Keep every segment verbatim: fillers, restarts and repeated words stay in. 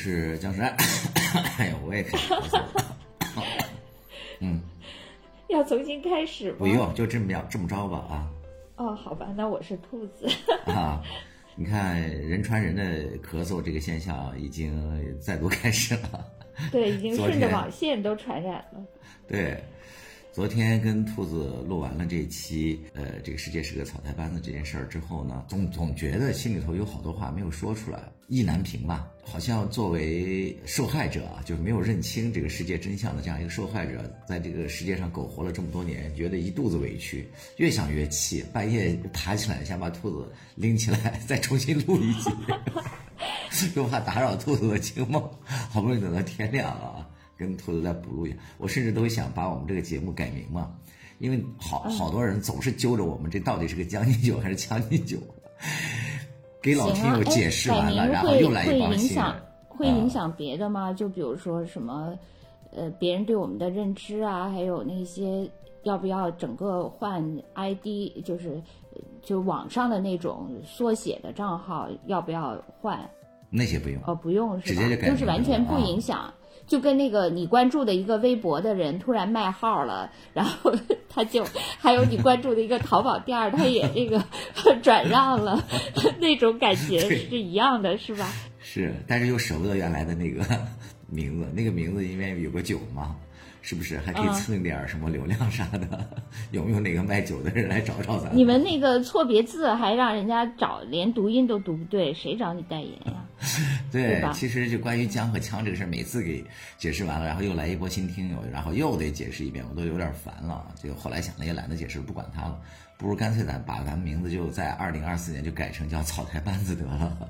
是姜石安。哎呀，我也开始咳嗽了。嗯， 要重新开始吗？ 不用，就这么样这么着吧啊。 哦，好吧，那我是兔子。 啊，你看人传人的咳嗽这个现象已经再度开始了。 对，已经顺着网线都传染了。 对。昨天跟兔子录完了这期，呃，这个世界是个草台班子这件事儿之后呢，总总觉得心里头有好多话没有说出来，意难平吧。好像作为受害者啊，就是没有认清这个世界真相的这样一个受害者，在这个世界上苟活了这么多年，觉得一肚子委屈，越想越气，半夜爬起来想把兔子拎起来再重新录一集，又怕打扰兔子的清梦，好不容易等到天亮啊。跟兔子再补录一下，我甚至都想把我们这个节目改名嘛，因为好好多人总是揪着我们这到底是个将进酒还是将进酒，给老听友解释完了，然后又来一帮新人。 会影响别的吗？就比如说什么，呃，别人对我们的认知啊，还有那些要不要整个换 I D， 就是就网上的那种缩写的账号要不要换？ 那些不用哦，不用是吧？ 直接就改名了， 就是完全不影响。啊，就跟那个你关注的一个微博的人突然卖号了，然后他就还有你关注的一个淘宝店，他也这个转让了，那种感觉是一样的，是吧？ 是，但是又舍不得原来的那个名字，那个名字因为有个酒嘛，是不是还可以蹭点什么流量啥的？嗯、有没有哪个卖酒的人来找找咱？ 你们那个错别字还让人家找，连读音都读不对，谁找你代言呀？ 对，其实就关于姜和枪这个事儿，每次给解释完了，然后又来一波新听友，然后又得解释一遍，我都有点烦了。就后来想了也懒得解释，不管他了，不如干脆咱把咱们名字就在二零二四年就改成叫草台班子得了。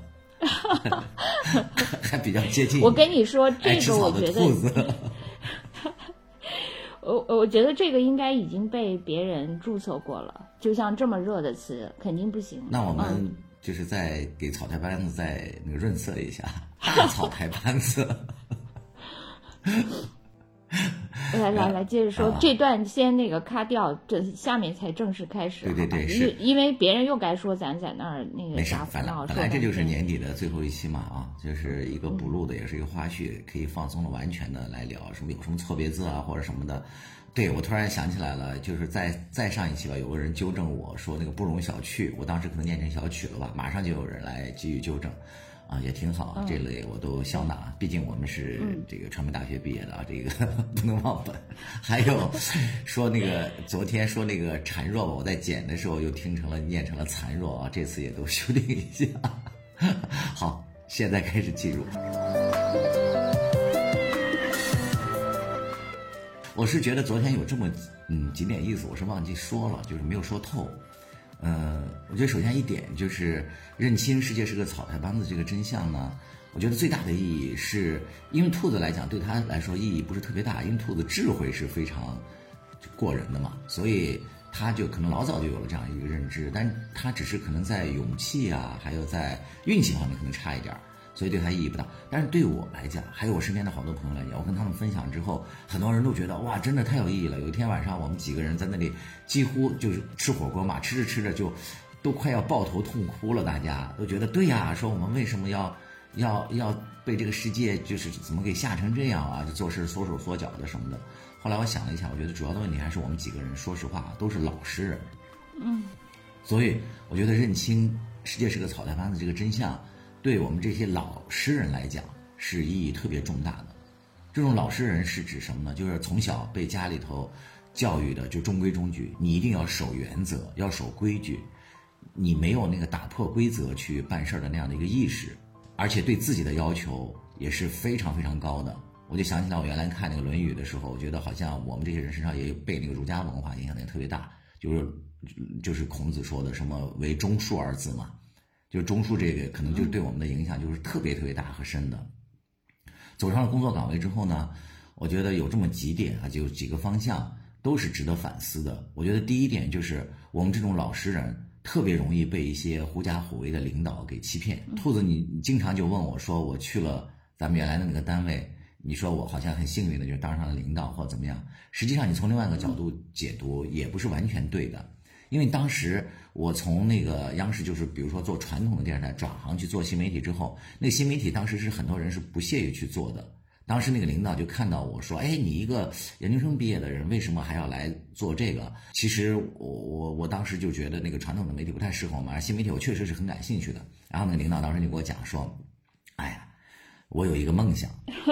还比较接近。 我跟你说，这个我觉得，我我觉得这个应该已经被别人注册过了。就像这么热的词，肯定不行。 那我们就是再给草台班子再那个润色一下，大草台班子。 来来来，接着说、啊、这段先那个卡掉，这下面才正式开始。 对对对， 是因为别人又该说咱在那儿那个没事，本来本来这就是年底的最后一期嘛啊，就是一个补录的，也是一个花絮，可以放松的、完全的来聊什么有什么错别字啊或者什么的。对，我突然想起来了，就是在再上一期吧，有个人纠正我说那个不容小觑，我当时可能念成小曲了吧，马上就有人来给予纠正。啊，也挺好，嗯、这类我都笑纳，毕竟我们是这个传媒大学毕业的啊，这个不能忘本。还有说那个昨天说那个孱弱吧，我在剪的时候又听成了念成了残弱啊，这次也都修订一下。好，现在开始进入。我是觉得昨天有这么嗯几点意思，我是忘记说了，就是没有说透。呃，我觉得首先一点就是认清世界是个草台班子这个真相呢，我觉得最大的意义是因为兔子来讲，对他来说意义不是特别大，因为兔子智慧是非常过人的嘛，所以他就可能老早就有了这样一个认知，但他只是可能在勇气啊，还有在运气方面可能差一点，所以对他意义不大。但是对我来讲，还有我身边的好多朋友来讲，我跟他们分享之后，很多人都觉得哇，真的太有意义了。有一天晚上，我们几个人在那里，几乎就是吃火锅嘛，吃着吃着就都快要抱头痛哭了。大家都觉得对呀，说我们为什么要要要被这个世界就是怎么给吓成这样啊？就做事缩手缩脚的什么的。后来我想了一下，我觉得主要的问题还是我们几个人，说实话都是老实人， 嗯， 所以我觉得认清世界是个草台班子这个真相，对我们这些老实人来讲是意义特别重大的。这种老实人是指什么呢？就是从小被家里头教育的就中规中矩，你一定要守原则，要守规矩，你没有那个打破规则去办事的那样的一个意识，而且对自己的要求也是非常非常高的。我就想起来我原来看那个《论语》的时候，我觉得好像我们这些人身上也被那个儒家文化影响的也特别大，就是就是孔子说的什么为忠恕二字嘛，就是忠恕这个可能就是对我们的影响就是特别特别大和深的。走上了工作岗位之后呢，我觉得有这么几点啊，就几个方向都是值得反思的。我觉得第一点就是我们这种老实人特别容易被一些狐假虎威的领导给欺骗。兔子你经常就问我说，我去了咱们原来的那个单位，你说我好像很幸运的就当上了领导或怎么样，实际上你从另外一个角度解读也不是完全对的。 因为当时我从那个央视，就是比如说做传统的电视台转行去做新媒体之后，那个新媒体当时是很多人是不屑于去做的。当时那个领导就看到我说，哎，你一个研究生毕业的人为什么还要来做这个？其实我我我当时就觉得那个传统的媒体不太适合我们，而新媒体我确实是很感兴趣的。然后那个领导当时就给我讲说，哎呀，我有一个梦想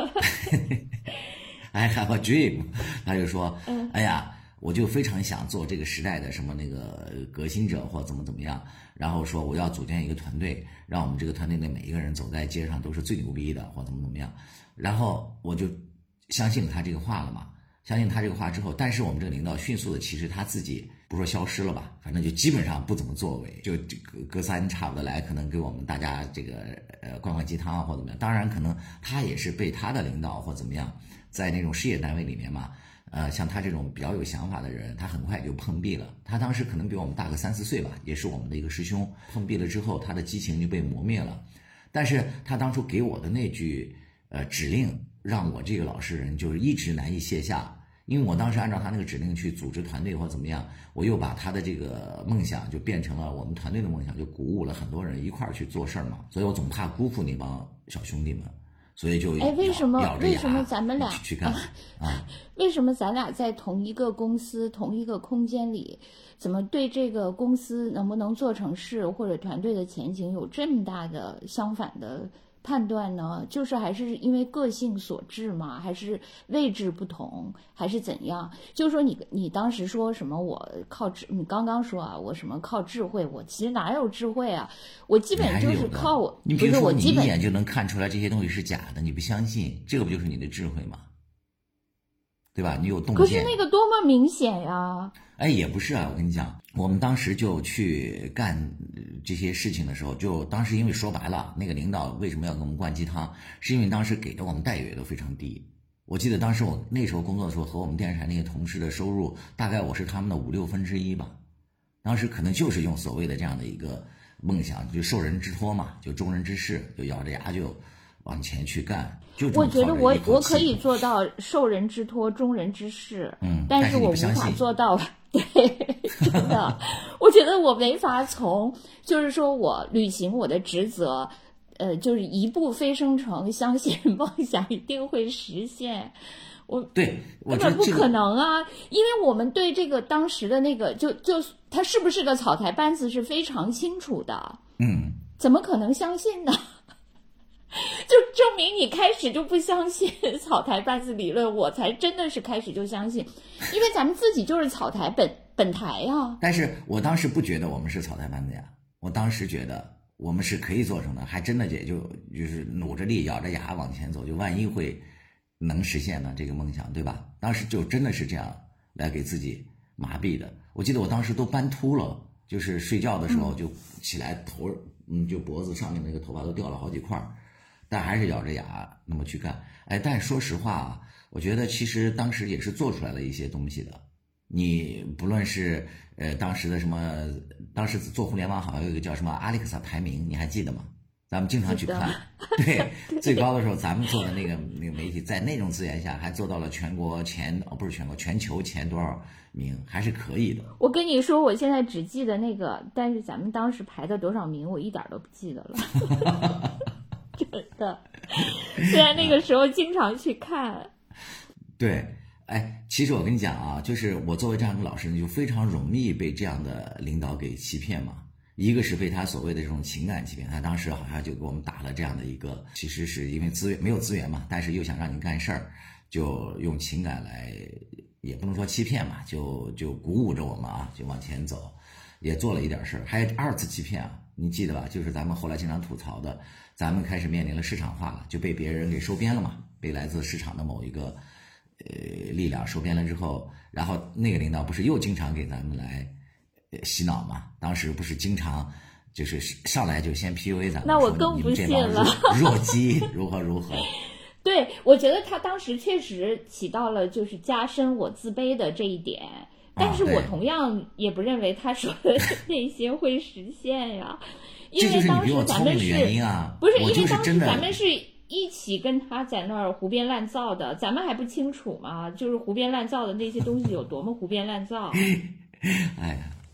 I have a dream， 他就说，哎呀，我就非常想做这个时代的什么那个革新者或怎么怎么样，然后说我要组建一个团队，让我们这个团队的每一个人走在街上都是最牛逼的或怎么怎么样，然后我就相信了他这个话了嘛。相信他这个话之后，但是我们这个领导迅速的，其实他自己不说消失了吧，反正就基本上不怎么作为，就隔隔三差五的来，可能给我们大家这个呃灌灌鸡汤啊或怎么样。当然，可能他也是被他的领导或怎么样，在那种事业单位里面嘛，呃，像他这种比较有想法的人，他很快就碰壁了。他当时可能比我们大个三四岁吧，也是我们的一个师兄。碰壁了之后，他的激情就被磨灭了。但是他当初给我的那句呃指令，让我这个老实人就是一直难以卸下。因为我当时按照他那个指令去组织团队或怎么样，我又把他的这个梦想就变成了我们团队的梦想，就鼓舞了很多人一块儿去做事儿嘛。所以我总怕辜负那帮小兄弟们，所以就哎，为什么咬着牙为什么咱们俩去干啊？啊为什么咱俩在同一个公司、同一个空间里，怎么对这个公司能不能做成事或者团队的前景有这么大的相反的判断呢？就是还是因为个性所致吗？还是位置不同，还是怎样？就是说你你当时说什么我靠智，你刚刚说啊，我什么靠智慧，我其实哪有智慧啊？我基本就是靠我， 你比如说你一我基本眼就能看出来这些东西是假的，你不相信，这个不就是你的智慧吗？对吧？你有洞见。 可是那个多么明显呀！ 哎，也不是啊，我跟你讲，我们当时就去干这些事情的时候，就当时因为说白了，那个领导为什么要给我们灌鸡汤，是因为当时给的我们待遇也都非常低。我记得当时我那时候工作的时候，和我们电视台那些同事的收入，大概我是他们的五六分之一吧。当时可能就是用所谓的这样的一个梦想，就受人之托嘛，就忠人之事，就咬着牙就往前去干。就我觉得我我可以做到受人之托、忠人之事， 嗯， 但是我无法做到。对，真的，我觉得我没法从，就是说我履行我的职责，呃，就是一步飞升成相信梦想一定会实现。我对，我根本不可能啊，因为我们对这个当时的那个，就就他是不是个草台班子是非常清楚的， 嗯， 怎么可能相信呢？就证明你开始就不相信草台班子理论，我才真的是开始就相信，因为咱们自己就是草台本本台呀。 但是我当时不觉得我们是草台班子呀，我当时觉得我们是可以做成的，还真的也就就是努着力咬着牙往前走，就万一会能实现呢这个梦想，对吧？当时就真的是这样来给自己麻痹的。我记得我当时都斑秃了，就是睡觉的时候就起来头嗯就脖子上面那个头发都掉了好几块。但还是咬着牙那么去干，哎，但说实话啊，我觉得其实当时也是做出来了一些东西的。你不论是呃当时的什么，当时做互联网好像有一个叫什么阿里克萨排名，你还记得吗？咱们经常去看，对，最高的时候咱们做的那个那个媒体，在那种资源下还做到了全国前哦不是全国全球前多少名，还是可以的。 我跟你说，我现在只记得那个，但是咱们当时排的多少名，我一点都不记得了。真的，虽然那个时候经常去看。 对，哎，其实我跟你讲啊，就是我作为这样的老师，就非常容易被这样的领导给欺骗嘛。一个是被他所谓的这种情感欺骗，他当时好像就给我们打了这样的一个，其实是因为资源没有资源嘛，但是又想让你干事儿，就用情感来，也不能说欺骗嘛，就就鼓舞着我们啊，就往前走，也做了一点事儿。还有二次欺骗啊，你记得吧？就是咱们后来经常吐槽的。咱们开始面临了市场化了，就被别人给收编了嘛，被来自市场的某一个呃力量收编了之后，然后那个领导不是又经常给咱们来呃洗脑嘛？当时不是经常就是上来就先 P U A 咱们， 那我更不信了， 弱鸡如何如何。 对，我觉得他当时确实起到了就是加深我自卑的这一点，但是我同样也不认为他说的那些会实现呀。因为当时咱们是， 啊、 不是因为当时咱们是一起跟他在那儿胡编乱造的，咱们还不清楚吗？就是胡编乱造的那些东西有多么胡编乱造。 哎呀，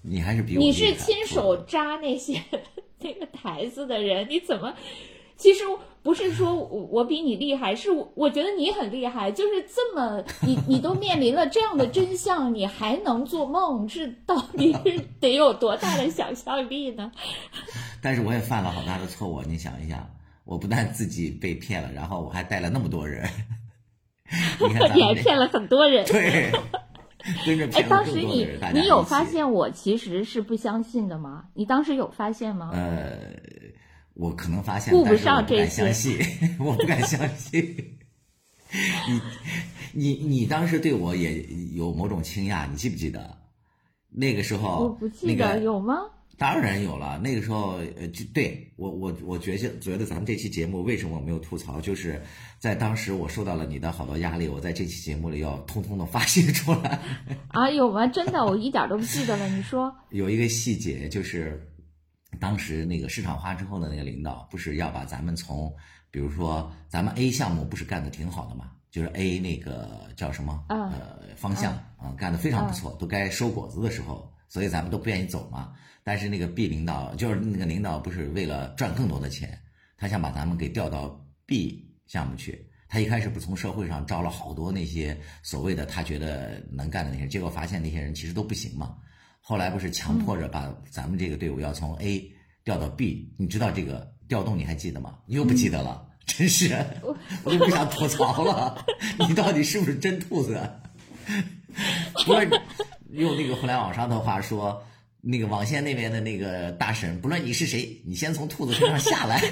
你还是比我你厉害是亲手扎那些那个台子的人，你怎么？其实不是说我我比你厉害，是我我觉得你很厉害，就是这么你你都面临了这样的真相，你还能做梦，这到底是得有多大的想象力呢？ 但是我也犯了好大的错误，你想一想，我不但自己被骗了，然后我还带了那么多人，你看你还骗了很多人， 对，跟着哎， 骗了当时你更多的人，大家你有一起发现我其实是不相信的吗？你当时有发现吗？ 呃。我可能发现， 顾不上但是我不敢这些相信，我不敢相信。你你你当时对我也有某种倾轧，你记不记得？那个时候， 我不记得、 那个、 有吗？ 当然有了。那个时候，呃，就对我我我觉得觉得咱们这期节目为什么我没有吐槽，就是在当时我受到了你的好多压力，我在这期节目里要通通的发泄出来。 啊，有吗？真的，我一点都不记得了。你说有一个细节就是。当时那个市场化之后的那个领导，不是要把咱们从，比如说咱们 A 项目不是干得挺好的嘛，就是 A 那个叫什么、 嗯、 呃方向啊、嗯、干得非常不错、嗯，都该收果子的时候，所以咱们都不愿意走嘛。但是那个 B 领导就是那个领导不是为了赚更多的钱，他想把咱们给调到 B 项目去。他一开始不从社会上招了好多那些所谓的他觉得能干的那些人，结果发现那些人其实都不行嘛。后来不是强迫着把咱们这个队伍要从 A 调到 B， 你知道这个调动你还记得吗？你又不记得了，嗯、真是，我都不想吐槽了。你到底是不是真兔子？不是用那个互联网上的话说，那个网线那边的那个大神，不论你是谁，你先从兔子身上下来。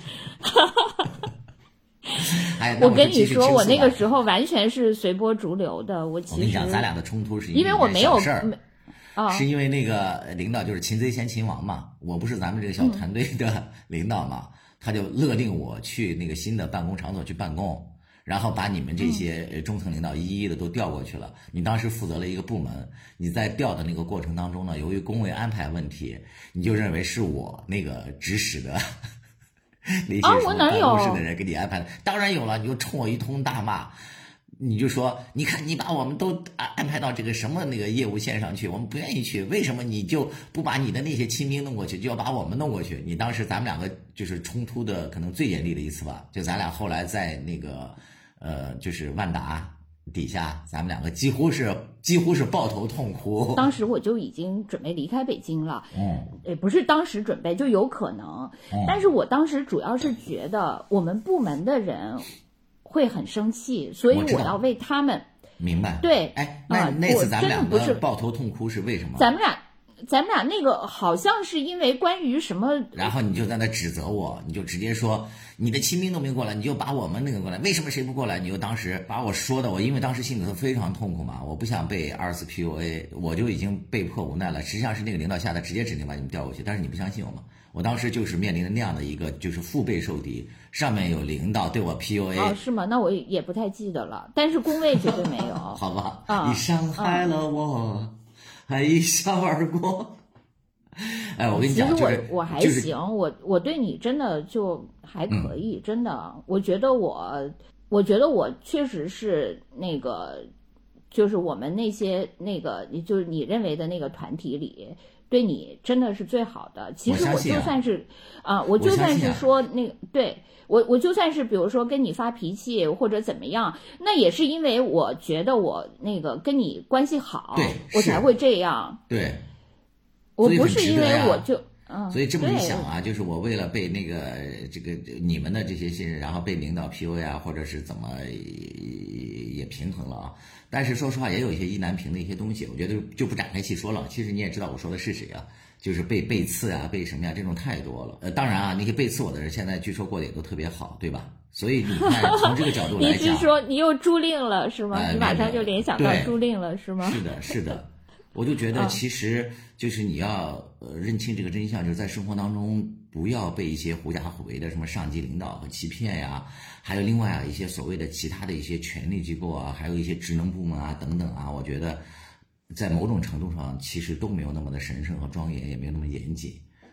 哎， 我跟你说，我那个时候完全是随波逐流的。我其实我跟你讲，咱俩的冲突是因为我没有事儿。 啊、 是因为那个领导就是擒贼先擒王嘛，我不是咱们这个小团队的领导嘛，嗯、他就勒令我去那个新的办公场所去办公，然后把你们这些中层领导一一的都调过去了。你当时负责了一个部门，你在调的那个过程当中呢，由于工位安排问题，你就认为是我那个指使的那些什么办公室的人给你安排的，当然有了，你就冲我一通大骂。你就说，你看你把我们都安排到这个什么那个业务线上去，我们不愿意去，为什么你就不把你的那些亲兵弄过去，就要把我们弄过去？你当时咱们两个就是冲突的可能最严厉的一次吧，就咱俩后来在那个呃就是万达底下，咱们两个几乎是几乎是抱头痛哭。 当时我就已经准备离开北京了， 嗯， 也不是当时准备，就有可能， 嗯、 但是我当时主要是觉得我们部门的人会很生气，所以我要为他们。 明白。 对， 哎，那、呃、那次咱们两个抱头痛哭是为什么？ 咱们俩，咱们俩那个好像是因为关于什么， 然后你就在那指责我，你就直接说你的亲兵都没过来，你就把我们那个过来，为什么谁不过来？你就当时把我说的，我因为当时心里头非常痛苦嘛，我不想被二次 P U A， 我就已经被迫无奈了。实际上是那个领导下的直接指令把你们调过去，但是你不相信我嘛。我当时就是面临着那样的一个，就是腹背受敌，上面有领导对我 P U A。 哦，是吗？那我也不太记得了，但是工位绝对没有。 好吧， 啊、 你伤害了我，啊、还一笑而过。哎，我跟你讲， 其实我、 就是、 我还就是、 行，我我对你真的就还可以，嗯、真的，我觉得我，我觉得我确实是那个，就是我们那些那个，就是你认为的那个团体里。对你真的是最好的。其实我就算是啊、呃，我就算是说那个，对我我就算是比如说跟你发脾气或者怎么样，那也是因为我觉得我那个跟你关系好，我才会这样。 对， 我不是因为我就。 嗯，所以这么一想啊，就是我为了被那个这个你们的这些信任，然后被领导 P U A 啊，或者是怎么也平衡了啊。但是说实话，也有一些意难平的一些东西，我觉得就不展开细说了。其实你也知道我说的是谁啊，就是被背刺啊，被什么呀，这种太多了。呃，当然啊，那些背刺我的人，现在据说过得也都特别好，对吧？所以你看，从这个角度来讲， 你是说你又租赁了是吗？ 呃、 你马上就联想到租赁了是吗？ 是的，是的。我就觉得，其实就是你要呃认清这个真相，就是在生活当中不要被一些狐假虎威的什么上级领导和欺骗呀，还有另外啊一些所谓的其他的一些权力机构啊，还有一些职能部门啊等等啊，我觉得在某种程度上其实都没有那么的神圣和庄严，也没有那么严谨。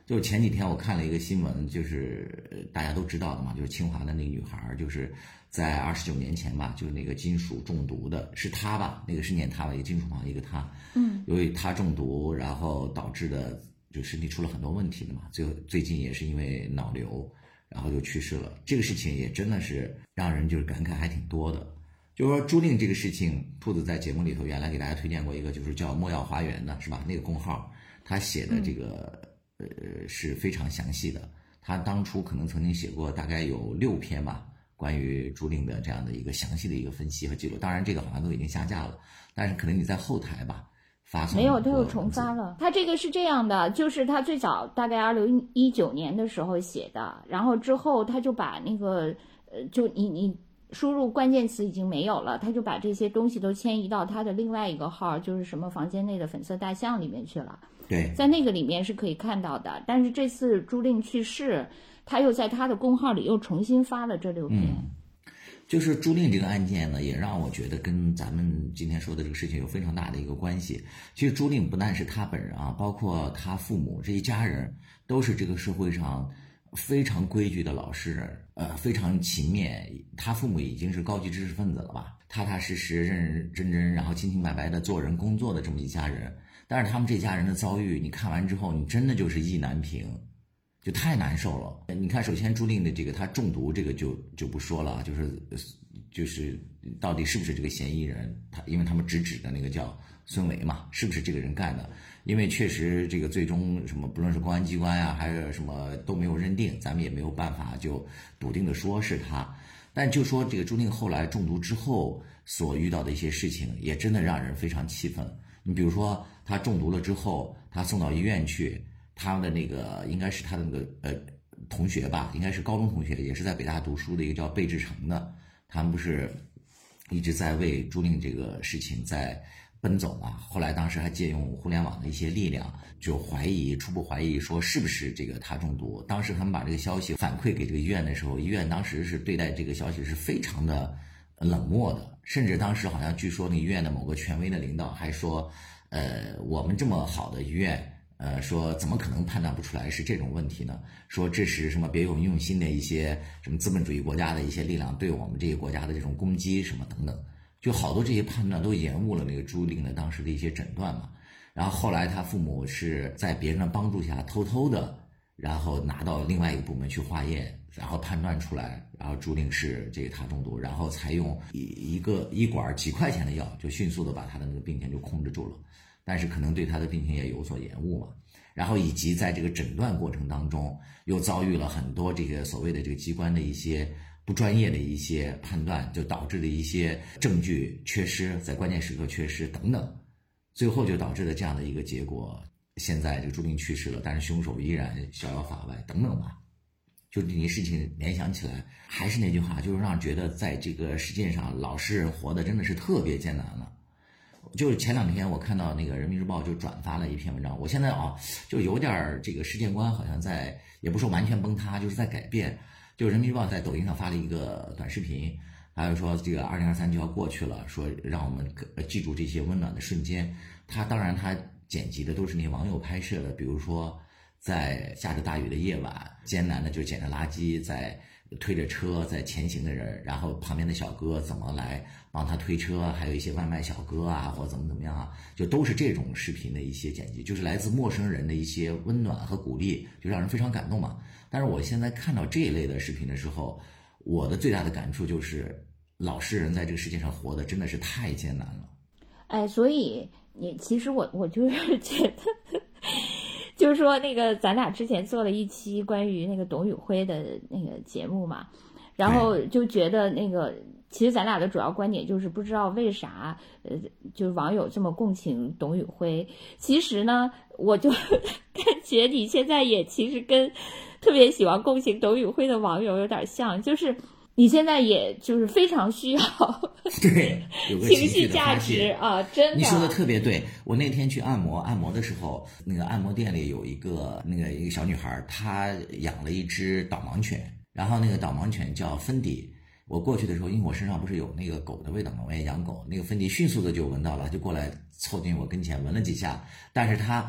就前几天我看了一个新闻，就是大家都知道的嘛，就是清华的那个女孩，就是在二十九年前吧，就是那个金属中毒的，是她吧？那个是念她吧，一个金属旁一个她。 嗯， 由于她中毒，然后导致的就身体出了很多问题的嘛，最后最近也是因为脑瘤，然后就去世了。这个事情也真的是让人就是感慨还挺多的。就是说朱令这个事情，兔子在节目里头原来给大家推荐过一个，就是叫墨药花园的，是吧？那个公号他写的这个。嗯呃，是非常详细的。他当初可能曾经写过大概有六篇吧，关于朱令的这样的一个详细的一个分析和记录。当然，这个好像都已经下架了，但是可能你在后台吧发送没有，他又重发了。他这个是这样的，就是他最早大概二零一九年的时候写的，然后之后他就把那个呃，就你你输入关键词已经没有了，他就把这些东西都迁移到他的另外一个号，就是什么房间内的粉色大象里面去了。 对， 在那个里面是可以看到的，但是这次朱令去世，他又在他的公号里又重新发了这六篇。 嗯，就是朱令这个案件呢，也让我觉得跟咱们今天说的这个事情有非常大的一个关系。其实朱令不但是他本人啊，包括他父母这一家人，都是这个社会上非常规矩的老实人，呃，非常勤勉。他父母已经是高级知识分子了吧，踏踏实实、认认真真，然后清清白白的做人工作的这么一家人。但是他们这家人的遭遇，你看完之后，你真的就是意难平，就太难受了。你看，首先朱令的这个他中毒，这个就就不说了，就是就是到底是不是这个嫌疑人？他因为他们直指的那个叫孙维嘛，是不是这个人干的？因为确实这个最终什么，不论是公安机关啊，还是什么都没有认定，咱们也没有办法就笃定的说是他。但就说这个朱令后来中毒之后所遇到的一些事情，也真的让人非常气愤。你比如说，他中毒了之后，他送到医院去，他的那个应该是他的那个呃同学吧，应该是高中同学，也是在北大读书的一个叫贝志成的，他们不是一直在为朱令这个事情在奔走嘛？后来当时还借用互联网的一些力量，就怀疑初步怀疑说是不是这个他中毒。当时他们把这个消息反馈给这个医院的时候，医院当时是对待这个消息是非常的冷漠的。甚至当时好像据说那医院的某个权威的领导还说，呃，我们这么好的医院，呃，说怎么可能判断不出来是这种问题呢？说这是什么别有用心的一些什么资本主义国家的一些力量对我们这些国家的这种攻击什么等等，就好多这些判断都延误了那个朱令的当时的一些诊断嘛。然后后来他父母是在别人的帮助下偷偷的，然后拿到另外一个部门去化验，然后判断出来，然后朱令是这个他中毒，然后才用一一个一管几块钱的药，就迅速的把他的那个病情就控制住了。但是可能对他的病情也有所延误嘛。然后以及在这个诊断过程当中，又遭遇了很多这个所谓的这个机关的一些不专业的一些判断，就导致的一些证据缺失，在关键时刻缺失等等，最后就导致了这样的一个结果。现在这个朱令去世了，但是凶手依然逍遥法外等等吧。就这些事情联想起来，还是那句话，就是让人觉得在这个世界上老实人活的真的是特别艰难了。就是前两天我看到那个人民日报就转发了一篇文章，我现在啊就有点这个世界观好像在，也不说完全崩塌，就是在改变。就人民日报在抖音上发了一个短视频，还有说这个二零二三就要过去了，说让我们记住这些温暖的瞬间。他当然他剪辑的都是那些网友拍摄的，比如说在下着大雨的夜晚，艰难的就捡着垃圾，在推着车在前行的人，然后旁边的小哥怎么来帮他推车，还有一些外卖小哥啊，或者怎么怎么样啊，就都是这种视频的一些剪辑，就是来自陌生人的一些温暖和鼓励，就让人非常感动嘛。但是我现在看到这一类的视频的时候，我的最大的感触就是老实人在这个世界上活的真的是太艰难了。 哎，所以你其实我我就是觉得就是说那个咱俩之前做了一期关于那个董宇辉的那个节目嘛，然后就觉得那个其实咱俩的主要观点就是不知道为啥呃就是网友这么共情董宇辉。其实呢我就感觉你现在也其实跟特别喜欢共情董宇辉的网友有点像，就是你现在也就是非常需要对有个情绪价值啊，真的。 你说的特别对。我那天去按摩，按摩的时候，那个按摩店里有一个那个一个小女孩，她养了一只导盲犬，然后那个导盲犬叫芬迪。我过去的时候，因为我身上不是有那个狗的味道嘛，我也养狗，那个芬迪迅速的就闻到了，就过来凑近我跟前闻了几下，但是她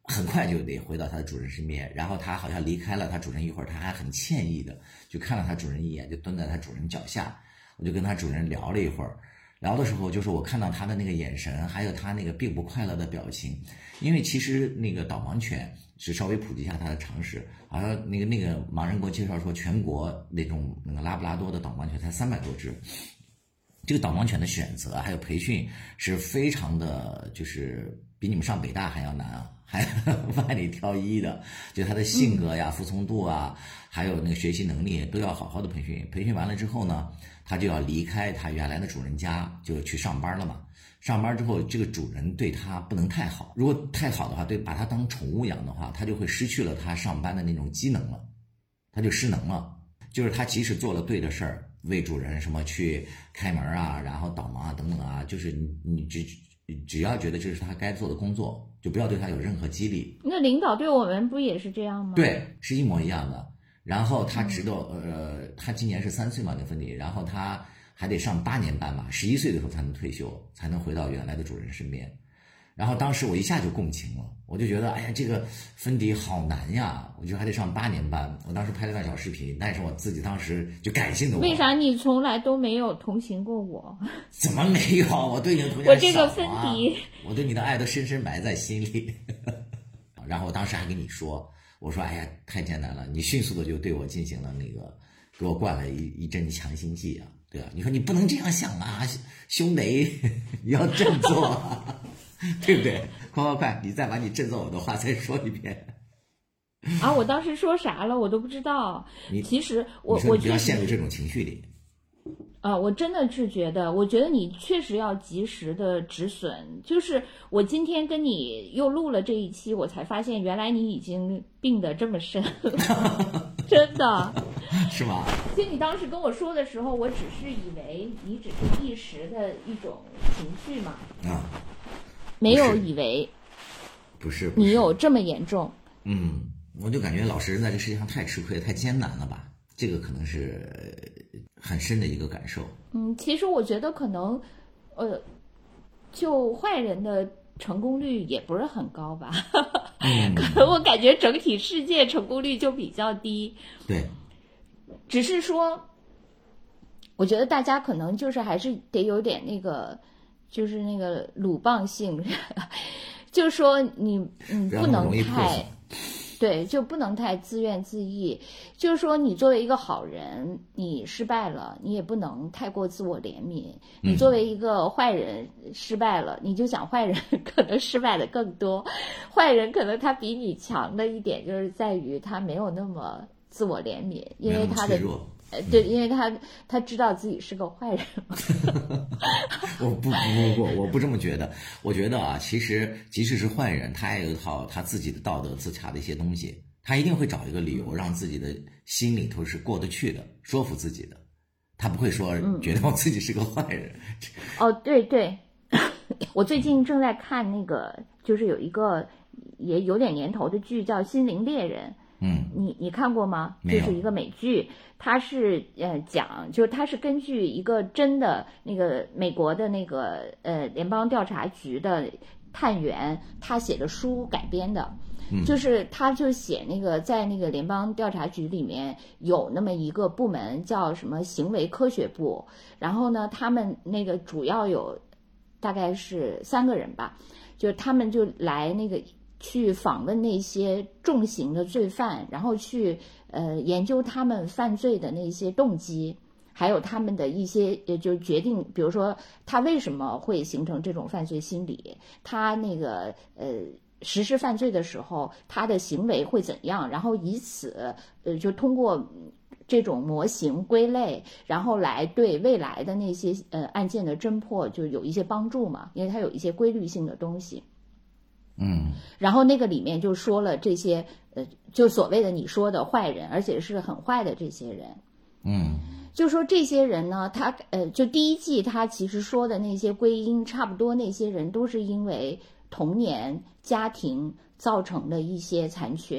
很快就得回到他的主人身边，然后他好像离开了他主人一会儿，他还很歉意的就看了他主人一眼，就蹲在他主人脚下。我就跟他主人聊了一会儿，聊的时候就是我看到他的那个眼神，还有他那个并不快乐的表情。因为其实那个导盲犬是稍微普及一下它的常识，好像那个那个盲人给我介绍说，全国那种那个拉布拉多的导盲犬才三百多只。这个导盲犬的选择还有培训是非常的，就是比你们上北大还要难啊，还万里挑一的。就它的性格呀、服从度啊，还有那个学习能力都要好好的培训。培训完了之后呢，它就要离开它原来的主人家，就去上班了嘛。上班之后，这个主人对它不能太好，如果太好的话，对把它当宠物养的话，它就会失去了它上班的那种机能了，它就失能了。就是它即使做了对的事儿，为主人什么去开门啊，然后导盲啊等等啊，就是你你只只要觉得这是他该做的工作，就不要对他有任何激励。 那领导对我们不也是这样吗？ 对，是一模一样的。然后他直到、嗯、呃，他今年是三岁嘛，那芬迪，然后他还得上八年班吧，十一岁的时候才能退休，才能回到原来的主人身边。然后当时我一下就共情了，我就觉得，哎呀，这个芬迪好难呀！我就还得上八年班。我当时拍了段小视频，但是我自己当时就感性的我。 为啥你从来都没有同情过我？ 怎么没有？我对你的同情、啊、 我这个芬迪， 我对你的爱都深深埋在心里。然后我当时还跟你说，我说，哎呀，太艰难了，你迅速的就对我进行了那个，给我灌了一一针强心剂啊，对啊，你说你不能这样想啊，兄弟，你要振作啊。对不对？快快快！你再把你振作我的话再说一遍。 啊，我当时说啥了？我都不知道。 你其实我我我不要陷入这种情绪里。 啊，我真的是觉得，我觉得你确实要及时的止损。就是我今天跟你又录了这一期，我才发现原来你已经病得这么深了，真的。 是吗？ 其实你当时跟我说的时候，我只是以为你只是一时的一种情绪嘛。 啊。 没有以为不是你有这么严重。 嗯，我就感觉老实人在这世界上太吃亏太艰难了吧，这个可能是很深的一个感受。 嗯，其实我觉得可能呃就坏人的成功率也不是很高吧。嗯、可能我感觉整体世界成功率就比较低。 对， 只是说我觉得大家可能就是还是得有点那个就是那个鲁棒性，就是说你你不能太对，就不能太自怨自艾。就是说你作为一个好人，你失败了，你也不能太过自我怜悯。你作为一个坏人失败了，你就想坏人可能失败的更多。坏人可能他比你强的一点就是在于他没有那么自我怜悯，因为他的呃，对，因为他他知道自己是个坏人。 我不不不不，我不这么觉得。我觉得啊，其实即使是坏人，他也有一套他自己的道德自洽的一些东西，他一定会找一个理由让自己的心里头是过得去的，说服自己的。他不会说觉得我自己是个坏人。 嗯、哦，对对，我最近正在看那个，就是有一个也有点年头的剧叫《心灵猎人》。 嗯， 你你看过吗？就是一个美剧，它是呃讲，就是它是根据一个真的那个美国的那个呃联邦调查局的探员他写的书改编的。嗯，就是他就写那个在那个联邦调查局里面有那么一个部门叫什么行为科学部，然后呢，他们那个主要有大概是三个人吧，就是他们就来那个。去访问那些重刑的罪犯，然后去呃研究他们犯罪的那些动机，还有他们的一些呃就决定，比如说他为什么会形成这种犯罪心理，他那个呃实施犯罪的时候他的行为会怎样，然后以此呃就通过这种模型归类，然后来对未来的那些呃案件的侦破就有一些帮助嘛，因为它有一些规律性的东西。 嗯， 然后那个里面就说了这些，呃，就所谓的你说的坏人，而且是很坏的这些人， 嗯， 就说这些人呢，他呃，就第一季他其实说的那些归因，差不多那些人都是因为童年家庭造成的一些残缺，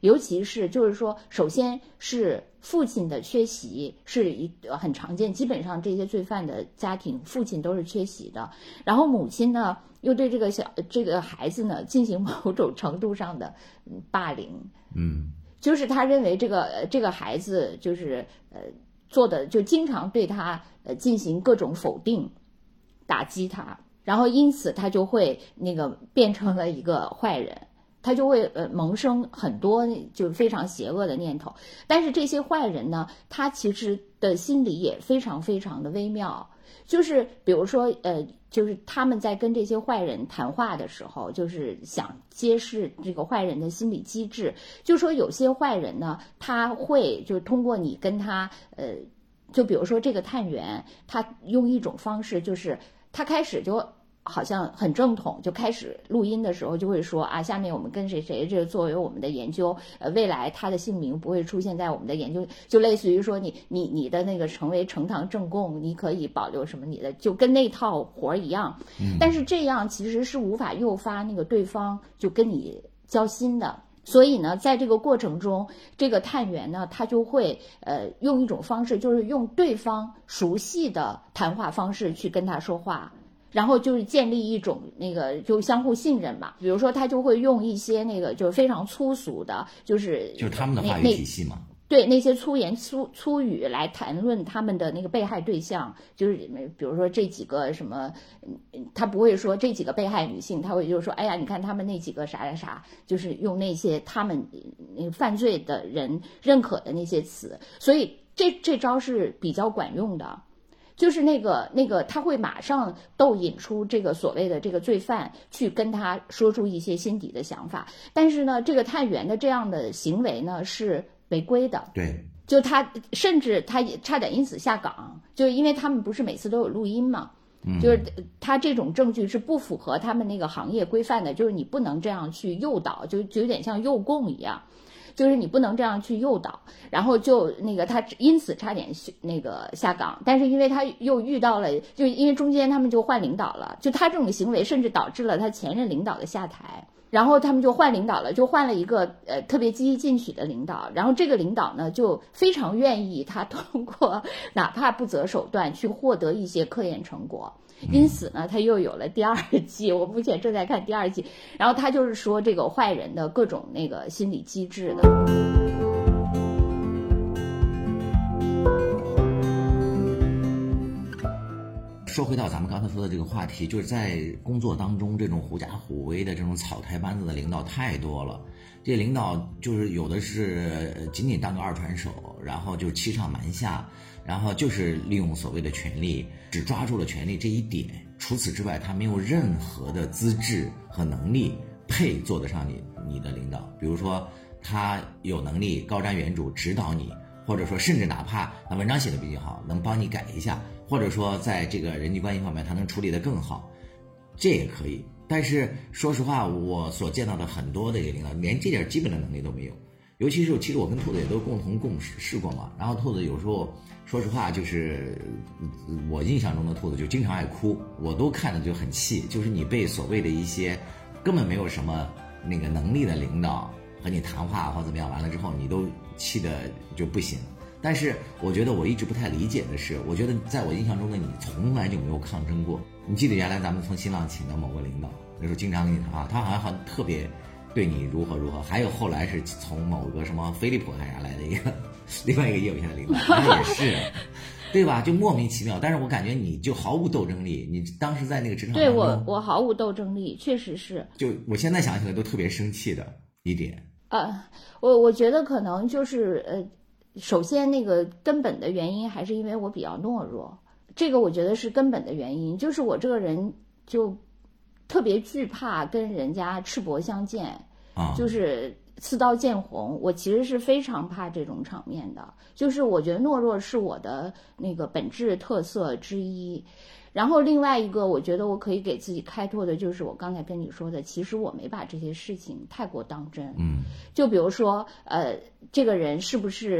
尤其是就是说，首先是父亲的缺席是一很常见，基本上这些罪犯的家庭父亲都是缺席的，然后母亲呢又对这个小这个孩子呢进行某种程度上的霸凌， 嗯， 就是他认为这个这个孩子就是呃做的就经常对他呃进行各种否定，打击他，然后因此他就会那个变成了一个坏人。他就会呃萌生很多就是非常邪恶的念头，但是这些坏人呢，他其实的心理也非常非常的微妙，就是比如说呃，就是他们在跟这些坏人谈话的时候，就是想揭示这个坏人的心理机制，就说有些坏人呢，他会就通过你跟他呃，就比如说这个探员，他用一种方式，就是他开始就。好像很正统，就开始录音的时候就会说啊，下面我们跟谁谁这个作为我们的研究，呃，未来他的姓名不会出现在我们的研究，就类似于说你你你的那个成为呈堂证供，你可以保留什么你的，就跟那套活一样。但是这样其实是无法诱发那个对方就跟你交心的。所以呢，在这个过程中，这个探员呢，他就会呃用一种方式，就是用对方熟悉的谈话方式去跟他说话。然后就是建立一种那个就相互信任嘛，比如说他就会用一些那个就是非常粗俗的，就是就是他们的话语体系嘛， 对那些粗言粗粗语来谈论他们的那个被害对象，就是比如说这几个什么，他不会说这几个被害女性，他会就是说，哎呀，你看他们那几个啥啥啥，就是用那些他们犯罪的人认可的那些词，所以这这招是比较管用的。就是那个那个，他会马上逗引出这个所谓的这个罪犯，去跟他说出一些心底的想法。但是呢，这个探员的这样的行为呢是违规的。 对， 就他甚至他也差点因此下岗，就是因为他们不是每次都有录音嘛， 嗯、 就是他这种证据是不符合他们那个行业规范的，就是你不能这样去诱导，就就有点像诱供一样。就是你不能这样去诱导，然后就那个他因此差点那个下岗，但是因为他又遇到了，就因为中间他们就换领导了，就他这种行为甚至导致了他前任领导的下台，然后他们就换领导了，就换了一个呃特别积极进取的领导，然后这个领导呢就非常愿意他通过哪怕不择手段去获得一些科研成果。因此呢，他又有了第二季，我目前正在看第二季。然后他就是说这个坏人的各种那个心理机制的。 说回到咱们刚才说的这个话题，就是在工作当中，这种狐假虎威的这种草台班子的领导太多了。这些领导就是有的是仅仅当个二传手，然后就欺上瞒下，然后就是利用所谓的权力，只抓住了权力这一点，除此之外他没有任何的资质和能力配做得上你你的领导。比如说他有能力高瞻远瞩指导你，或者说甚至哪怕他文章写的比你好，能帮你改一下，或者说在这个人际关系方面他能处理得更好，这也可以。但是说实话，我所见到的很多的一个领导连这点基本的能力都没有。尤其是其实我跟兔子也都共同共事试过嘛，然后兔子有时候说实话就是我印象中的兔子就经常爱哭，我都看着就很气，就是你被所谓的一些根本没有什么那个能力的领导和你谈话或怎么样，完了之后你都气得就不行。但是我觉得我一直不太理解的是，我觉得在我印象中的你从来就没有抗争过。你记得原来咱们从新浪请的某个领导，那时候经常跟你谈话，他好像好像特别对你如何如何，还有后来是从某个什么飞利浦还是啥来的一个另外一个业务线的领导，那也是对吧？就莫名其妙。但是我感觉你就毫无斗争力，你当时在那个职场当中， 对我我毫无斗争力，确实是。 就我现在想起来都特别生气的一点。 呃，我我觉得可能就是呃。首先那个根本的原因还是因为我比较懦弱，这个我觉得是根本的原因，就是我这个人就特别惧怕跟人家赤膊相见， 啊， 就是刺刀见红，我其实是非常怕这种场面的，就是我觉得懦弱是我的那个本质特色之一。然后另外一个我觉得我可以给自己开拓的就是我刚才跟你说的，其实我没把这些事情太过当真。 嗯， 就比如说呃这个人是不是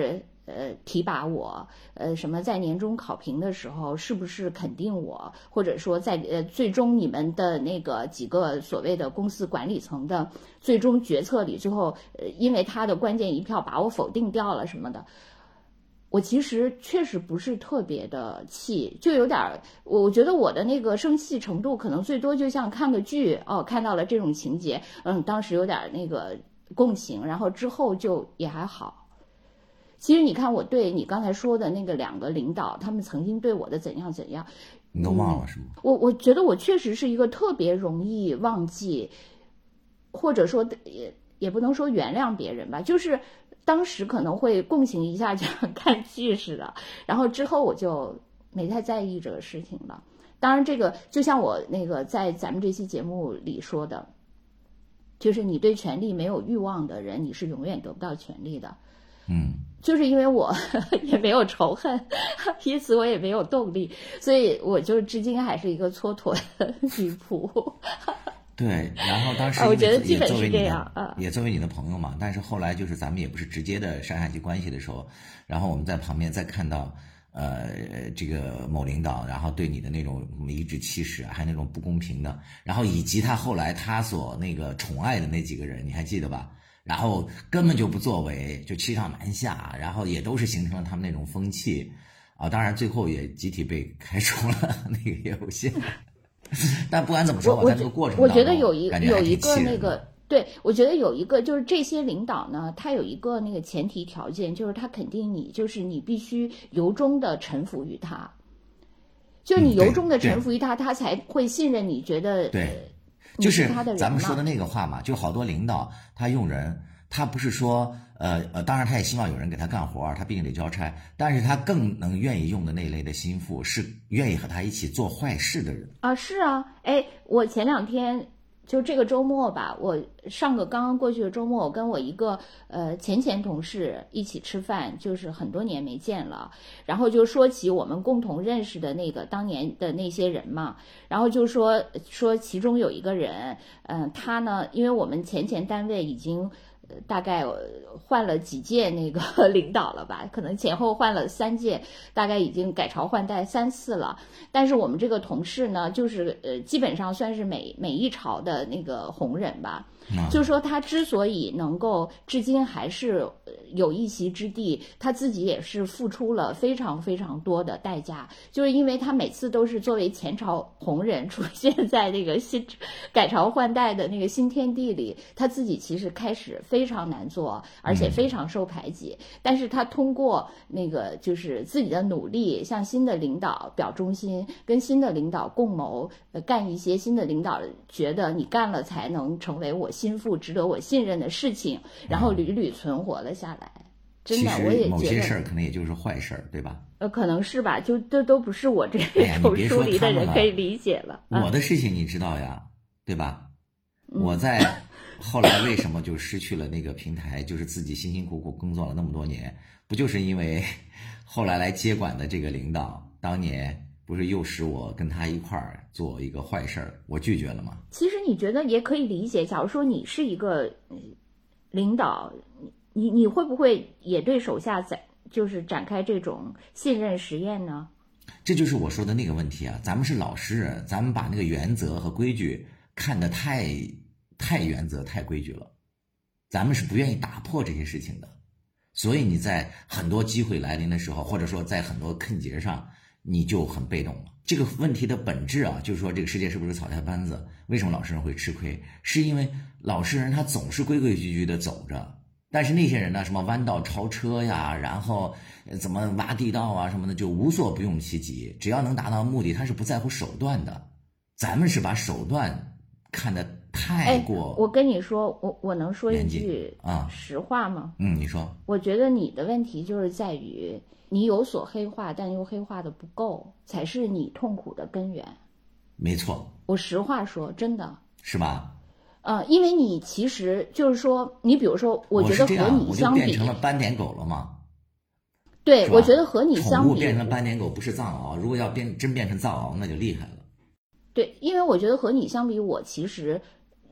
呃提拔我，呃什么在年终考评的时候是不是肯定我，或者说在呃最终你们的那个几个所谓的公司管理层的最终决策里，最后呃因为他的关键一票把我否定掉了什么的。我其实确实不是特别的气，就有点我我觉得我的那个生气程度可能最多就像看个剧哦，看到了这种情节，嗯，当时有点那个共情，然后之后就也还好。其实你看我对你刚才说的那个两个领导，他们曾经对我的怎样怎样， 你都忘了是吗？ 嗯、我我觉得我确实是一个特别容易忘记，或者说也也不能说原谅别人吧，就是当时可能会共情一下，就像看剧似的，然后之后我就没太在意这个事情了。当然，这个就像我那个在咱们这期节目里说的，就是你对权力没有欲望的人，你是永远得不到权力的。 嗯， 就是因为我也没有仇恨，因此我也没有动力，所以我就至今还是一个蹉跎的女仆。 对，然后当时我觉得基本是这样， 啊，也作为你的朋友嘛，但是后来就是咱们也不是直接的上下级关系的时候，然后我们在旁边再看到，呃，这个某领导，然后对你的那种颐指气使，还有那种不公平的，然后以及他后来他所那个宠爱的那几个人，你还记得吧？然后根本就不作为，就欺上瞒下，然后也都是形成了他们那种风气啊，当然最后也集体被开除了，那个也有限。但不管怎么说吧，在这个过程当中， 我觉得有一有一个那个， 对，我觉得有一个就是这些领导呢，他有一个那个前提条件，就是他肯定你，就是你必须由衷的臣服于他，就你由衷的臣服于他，他才会信任你，觉得对，就是他的人咱们说的那个话嘛，就好多领导他用人，他不是说呃呃，当然他也希望有人给他干活，他毕竟得交差，但是他更能愿意用的那类的心腹是愿意和他一起做坏事的人啊。是啊，哎，我前两天就这个周末吧，我上个刚刚过去的周末，我跟我一个呃前前同事一起吃饭，就是很多年没见了，然后就说起我们共同认识的那个当年的那些人嘛，然后就说说其中有一个人，嗯、呃，他呢，因为我们前前单位已经。大概换了几届那个领导了吧，可能前后换了三届，大概已经改朝换代三次了。但是我们这个同事呢，就是呃，基本上算是每每一朝的那个红人吧。 嗯、 就是说他之所以能够至今还是有一席之地，他自己也是付出了非常非常多的代价，就是因为他每次都是作为前朝红人出现在那个新改朝换代的那个新天地里，他自己其实开始非常难做，而且非常受排挤、嗯、但是他通过那个就是自己的努力，向新的领导表忠心，跟新的领导共谋、呃、干一些新的领导觉得你干了才能成为我心腹值得我信任的事情，然后屡屡存活了下来、嗯、真的我也觉得某些事儿可能也就是坏事儿，对吧？ 呃，可能是吧，就这都不是我这种疏离的人可以理解了、 哎、了我的事情你知道呀，对吧、嗯、我在后来为什么就失去了那个平台，就是自己辛辛苦苦工作了那么多年，不就是因为后来来接管的这个领导当年不是诱使我跟他一块儿做一个坏事儿，我拒绝了吗？ 其实你觉得也可以理解，假如说你是一个领导，你你会不会也对手下在就是展开这种信任实验呢？ 这就是我说的那个问题啊，咱们是老实人，咱们把那个原则和规矩看得太太原则太规矩了，咱们是不愿意打破这些事情的，所以你在很多机会来临的时候，或者说在很多坑节上，你就很被动了。这个问题的本质啊，就是说这个世界是不是草台班子？为什么老实人会吃亏？是因为老实人他总是规规矩矩的走着，但是那些人呢，什么弯道超车呀，然后怎么挖地道啊什么的，就无所不用其极，只要能达到目的，他是不在乎手段的。咱们是把手段看得太过、 哎、我跟你说，我我能说一句啊实话吗？ 嗯，你说。 我觉得你的问题就是在于你有所黑化，但又黑化的不够，才是你痛苦的根源。 没错， 我实话说，真的是吧？ 呃，因为你其实就是说，你比如说，我觉得和你相比， 我就变成了斑点狗了吗？ 对，我觉得和你相比， 宠物变成斑点狗不是藏獒，如果要变真变成藏獒，那就厉害了。 对，因为我觉得和你相比，我其实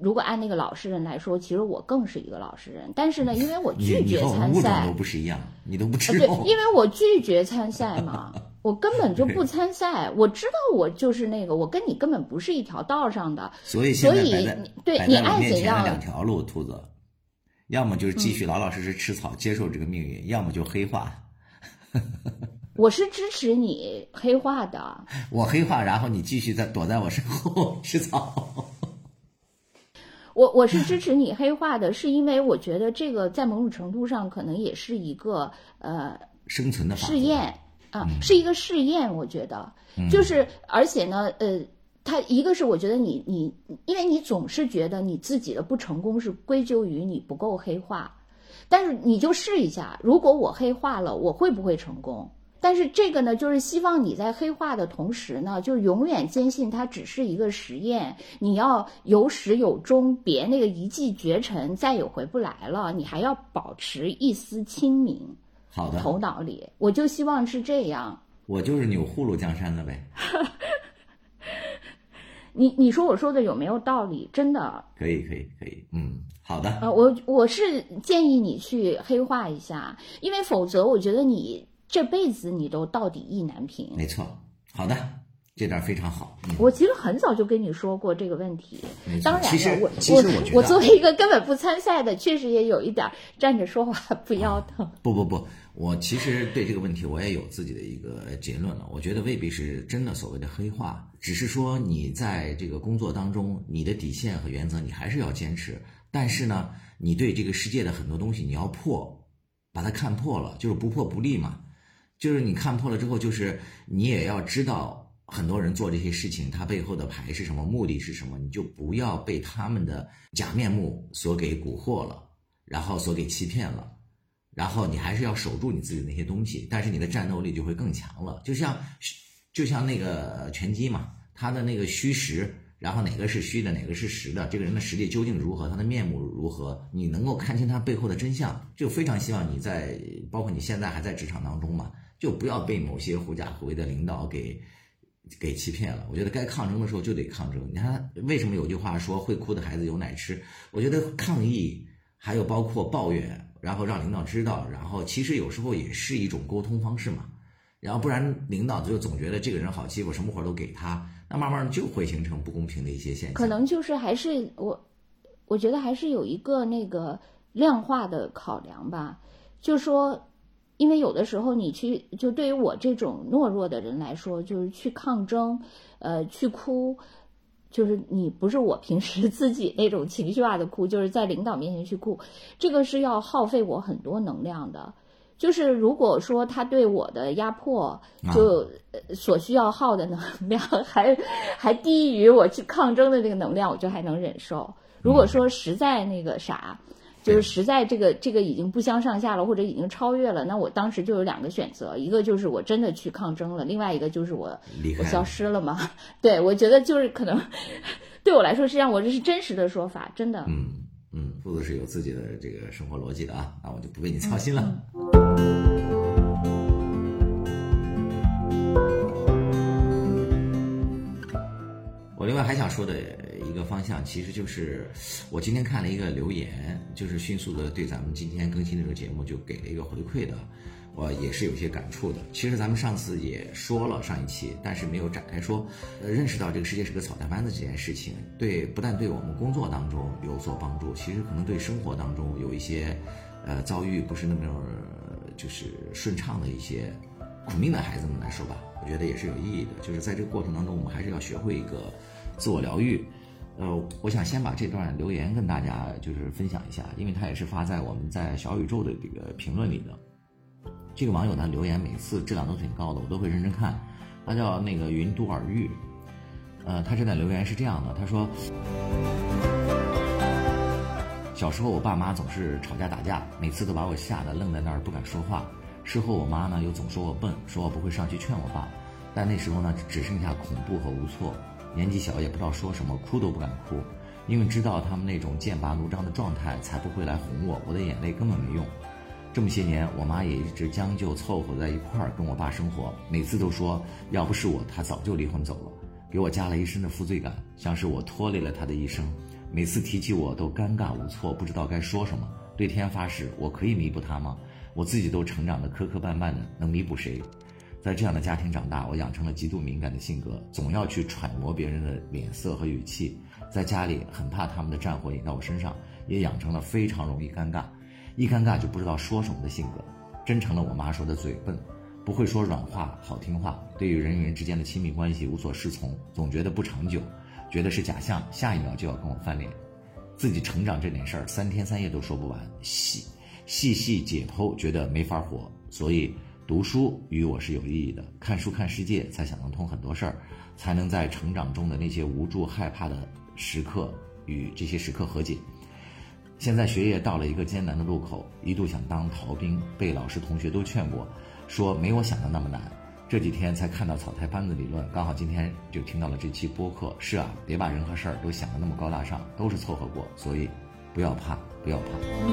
如果按那个老实人来说，其实我更是一个老实人。但是呢，因为我拒绝参你你赛， 都不是一样，你都不知道、 啊。 对，因为我拒绝参赛嘛，我根本就不参赛。我知道我就是那个，我跟你根本不是一条道上的。 所以现在摆在对摆你爱怎在我面前的样， 两条路，兔子，要么就是继续老老实实吃草，嗯、接受这个命运，要么就黑化。 我是支持你黑化的， 我黑化，然后你继续在躲在我身后吃草。 我我是支持你黑化的，是因为我觉得这个在某种程度上可能也是一个呃生存的试验啊、 嗯， 是一个试验。我觉得、 嗯、 就是而且呢，呃，它一个是我觉得你你，因为你总是觉得你自己的不成功是归咎于你不够黑化，但是你就试一下，如果我黑化了，我会不会成功？但是这个呢，就是希望你在黑化的同时呢，就永远坚信它只是一个实验，你要有始有终，别那个一骑绝尘，再也回不来了，你还要保持一丝清明。 好的， 头脑里，我就希望是这样。 我就是钮祜禄江山的呗。 你你说我说的有没有道理？真的可以可以可以，嗯，好的。 呃，我我是建议你去黑化一下，因为否则我觉得你这辈子你都到底意难平。 没错，好的，这点非常好。嗯、 我其实很早就跟你说过这个问题。当然了，我其实我我作为一个根本不参赛的，确实也有一点站着说话不腰疼。 啊、不不不，我其实对这个问题我也有自己的一个结论了。我觉得未必是真的所谓的黑化，只是说你在这个工作当中，你的底线和原则你还是要坚持。但是呢，你对这个世界的很多东西你要破，把它看破了，就是不破不立嘛。就是你看破了之后，就是你也要知道很多人做这些事情，他背后的牌是什么，目的是什么，你就不要被他们的假面目所给蛊惑了，然后所给欺骗了，然后你还是要守住你自己的那些东西，但是你的战斗力就会更强了。就像就像那个拳击嘛，他的那个虚实，然后哪个是虚的，哪个是实的，这个人的实力究竟如何，他的面目如何，你能够看清他背后的真相。就非常希望你在，包括你现在还在职场当中嘛，就不要被某些狐假虎威的领导给给欺骗了。我觉得该抗争的时候就得抗争。你看为什么有句话说会哭的孩子有奶吃？我觉得抗议还有包括抱怨，然后让领导知道，然后其实有时候也是一种沟通方式嘛。然后不然领导就总觉得这个人好欺负，什么活都给他，那慢慢就会形成不公平的一些现象。 可能就是还是我我觉得还是有一个那个量化的考量吧，就是说因为有的时候你去，就对于我这种懦弱的人来说，就是去抗争，呃，去哭，就是你不是我平时自己那种情绪化的哭，就是在领导面前去哭，这个是要耗费我很多能量的。就是如果说他对我的压迫，就所需要耗的能量还还低于我去抗争的这个能量，我就还能忍受。如果说实在那个啥，就是实在这个这个已经不相上下了，或者已经超越了，那我当时就有两个选择，一个就是我真的去抗争了，另外一个就是我我消失了嘛。对，我觉得就是可能对我来说，实际上我这是真实的说法，真的。 嗯嗯，兔子是有自己的这个生活逻辑的啊，那我就不为你操心了。嗯我另外还想说的一个方向，其实就是我今天看了一个留言，就是迅速的对咱们今天更新的这个节目就给了一个回馈的，我也是有些感触的。其实咱们上次也说了上一期，但是没有展开说，呃，认识到这个世界是个草台班子这件事情，对，不但对我们工作当中有所帮助，其实可能对生活当中有一些，呃，遭遇不是那么就是顺畅的一些苦命的孩子们来说吧，我觉得也是有意义的。就是在这个过程当中，我们还是要学会一个自我疗愈。呃，我想先把这段留言跟大家就是分享一下，因为它也是发在我们在小宇宙的这个评论里的。这个网友的留言每次质量都挺高的，我都会认真看。他叫那个云都尔玉，呃，他这段留言是这样的，他说：小时候我爸妈总是吵架打架，每次都把我吓得愣在那儿不敢说话。事后我妈呢又总说我笨，说我不会上去劝我爸，但那时候呢只剩下恐怖和无措。年纪小也不知道说什么，哭都不敢哭，因为知道他们那种剑拔弩张的状态才不会来哄我，我的眼泪根本没用。这么些年，我妈也一直将就凑合在一块儿跟我爸生活，每次都说要不是我，他早就离婚走了，给我加了一身的负罪感，像是我拖累了他的一生。 每次提起我都尴尬无措，不知道该说什么。对天发誓，我可以弥补他吗？我自己都成长的磕磕绊绊的，能弥补谁？在这样的家庭长大，我养成了极度敏感的性格，总要去揣摩别人的脸色和语气，在家里很怕他们的战火引到我身上，也养成了非常容易尴尬，一尴尬就不知道说什么的性格，真成了我妈说的嘴笨，不会说软话好听话，对于人与人之间的亲密关系无所适从，总觉得不长久，觉得是假象，下一秒就要跟我翻脸。自己成长这点事儿三天三夜都说不完，细细细解剖觉得没法活，所以读书与我是有意义的，看书看世界才想得通很多事儿，才能在成长中的那些无助害怕的时刻与这些时刻和解。现在学业到了一个艰难的路口，一度想当逃兵，被老师同学都劝过，说没我想的那么难。这几天才看到草台班子理论，刚好今天就听到了这期播客。是啊，别把人和事儿都想得那么高大上，都是凑合过，所以不要怕，不要怕。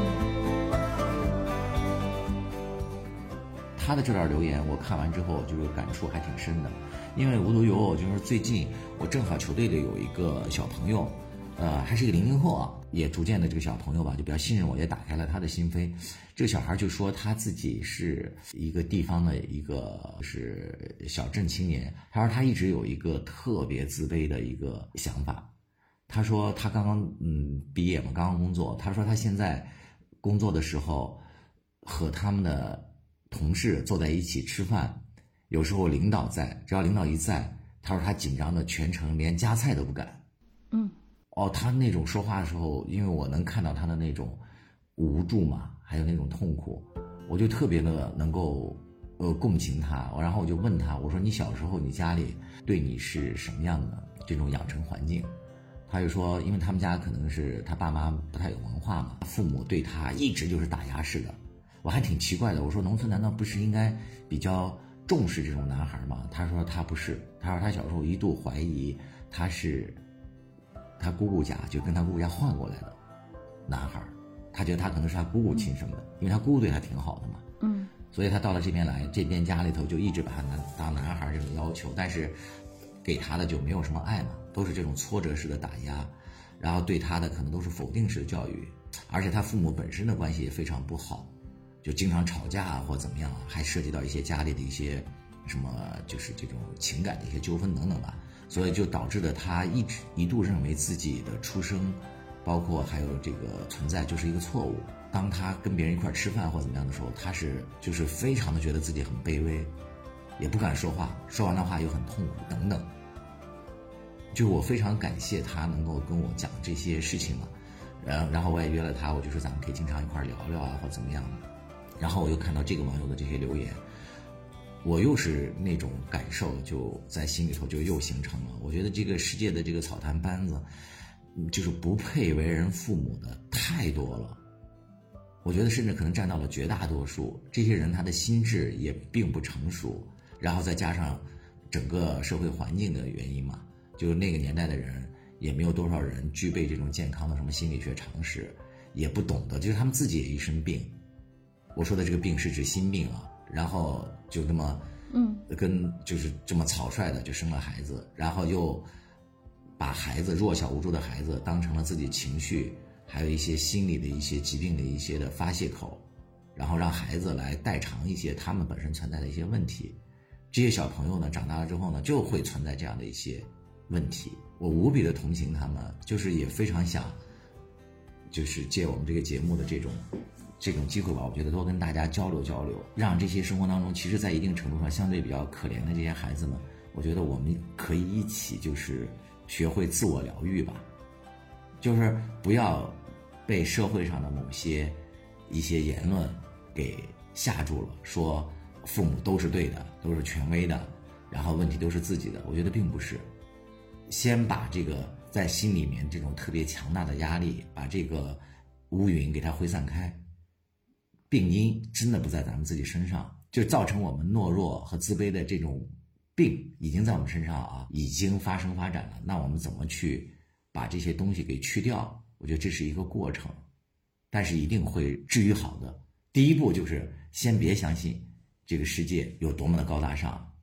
他的这段留言我看完之后就是感触还挺深的，因为无独有偶，就是最近我正好球队里有一个小朋友，呃，还是一个零零后啊，也逐渐的这个小朋友吧，就比较信任我，也打开了他的心扉。这个小孩就说他自己是一个地方的一个是小镇青年，他说他一直有一个特别自卑的一个想法。他说他刚刚嗯毕业嘛，刚刚工作。他说他现在工作的时候和他们的同事坐在一起吃饭，有时候领导在，只要领导一在，他说他紧张的全程连夹菜都不敢。 嗯。 哦，他那种说话的时候，因为我能看到他的那种无助嘛，还有那种痛苦，我就特别的能够呃共情他。然后我就问他，我说你小时候你家里对你是什么样的这种养成环境？他就说，因为他们家可能是他爸妈不太有文化嘛，父母对他一直就是打压式的。我还挺奇怪的，我说农村难道不是应该比较重视这种男孩吗？他说他不是，他说他小时候一度怀疑他是他姑姑家就跟他姑姑家换过来的男孩，他觉得他可能是他姑姑亲生的，因为他姑姑对他挺好的嘛。 嗯， 所以他到了这边来，这边家里头就一直把他男当男孩这种要求，但是给他的就没有什么爱嘛，都是这种挫折式的打压，然后对他的可能都是否定式的教育，而且他父母本身的关系也非常不好，就经常吵架啊或怎么样啊，还涉及到一些家里的一些什么就是这种情感的一些纠纷等等吧。所以就导致了他一直一度认为自己的出生，包括还有这个存在就是一个错误。当他跟别人一块吃饭或怎么样的时候，他是就是非常的觉得自己很卑微，也不敢说话，说完的话又很痛苦等等。就我非常感谢他能够跟我讲这些事情嘛，然然后我也约了他，我就说咱们可以经常一块聊聊啊或怎么样。然后我又看到这个网友的这些留言，我又是那种感受就在心里头就又形成了。我觉得这个世界的这个草台班子，就是不配为人父母的太多了。我觉得甚至可能占到了绝大多数。这些人他的心智也并不成熟，然后再加上整个社会环境的原因嘛，就是那个年代的人也没有多少人具备这种健康的什么心理学常识，也不懂得，就是他们自己也一身病。我说的这个病是指心病啊。然后就这么，嗯，跟就是这么草率的就生了孩子，然后又把孩子弱小无助的孩子当成了自己情绪还有一些心理的一些疾病的一些的发泄口，然后让孩子来代偿一些他们本身存在的一些问题。这些小朋友呢，长大了之后呢，就会存在这样的一些问题。我无比的同情他们，就是也非常想，就是借我们这个节目的这种。这种机会吧，我觉得多跟大家交流交流，让这些生活当中其实在一定程度上相对比较可怜的这些孩子们，我觉得我们可以一起就是学会自我疗愈吧，就是不要被社会上的某些一些言论给吓住了，说父母都是对的，都是权威的，然后问题都是自己的。我觉得并不是，先把这个在心里面这种特别强大的压力，把这个乌云给它挥散开。病因真的不在咱们自己身上，就造成我们懦弱和自卑的这种病已经在我们身上啊，已经发生发展了。那我们怎么去把这些东西给去掉？我觉得这是一个过程，但是一定会治愈好的。第一步就是先别相信这个世界有多么的高大上，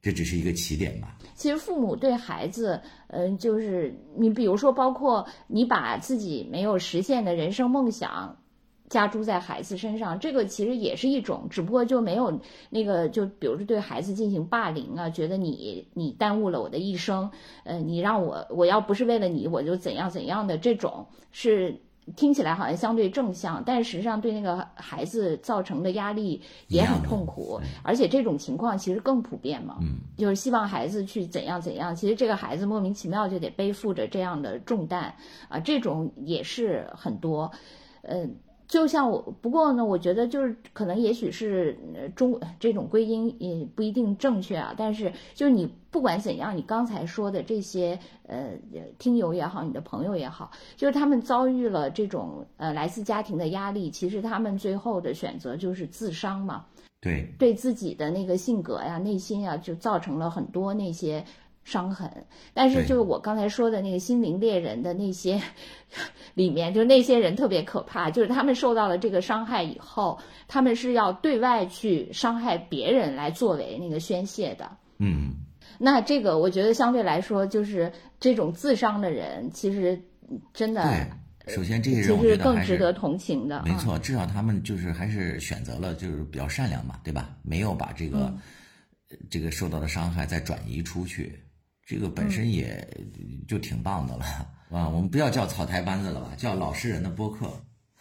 这只是一个起点吧。 其实父母对孩子，嗯、呃，就是你比如说，包括你把自己没有实现的人生梦想加诸在孩子身上，这个其实也是一种，只不过就没有那个，就比如说对孩子进行霸凌啊，觉得你你耽误了我的一生，呃，你让我我要不是为了你，我就怎样怎样的，这种是。听起来好像相对正向，但是实际上对那个孩子造成的压力也很痛苦，而且这种情况其实更普遍嘛。 嗯， 就是希望孩子去怎样怎样，其实这个孩子莫名其妙就得背负着这样的重担啊，这种也是很多。呃，就像我，不过呢，我觉得就是可能也许是中这种归因也不一定正确啊，但是就是你不管怎样，你刚才说的这些呃听友也好，你的朋友也好，就是他们遭遇了这种呃来自家庭的压力，其实他们最后的选择就是自伤嘛。 对， 对自己的那个性格呀、内心呀，就造成了很多那些伤痕。但是就是我刚才说的那个心灵猎人的那些里面，就那些人特别可怕，就是他们受到了这个伤害以后，他们是要对外去伤害别人来作为那个宣泄的。 嗯， 那这个我觉得相对来说，就是这种自伤的人，其实真的。 对，首先这些人我觉得更值得同情的。 没错，至少他们就是还是选择了就是比较善良嘛，对吧？没有把这个、嗯、这个受到的伤害再转移出去，这个本身也就挺棒的了、嗯、啊！我们不要叫草台班子了吧，叫老实人的播客。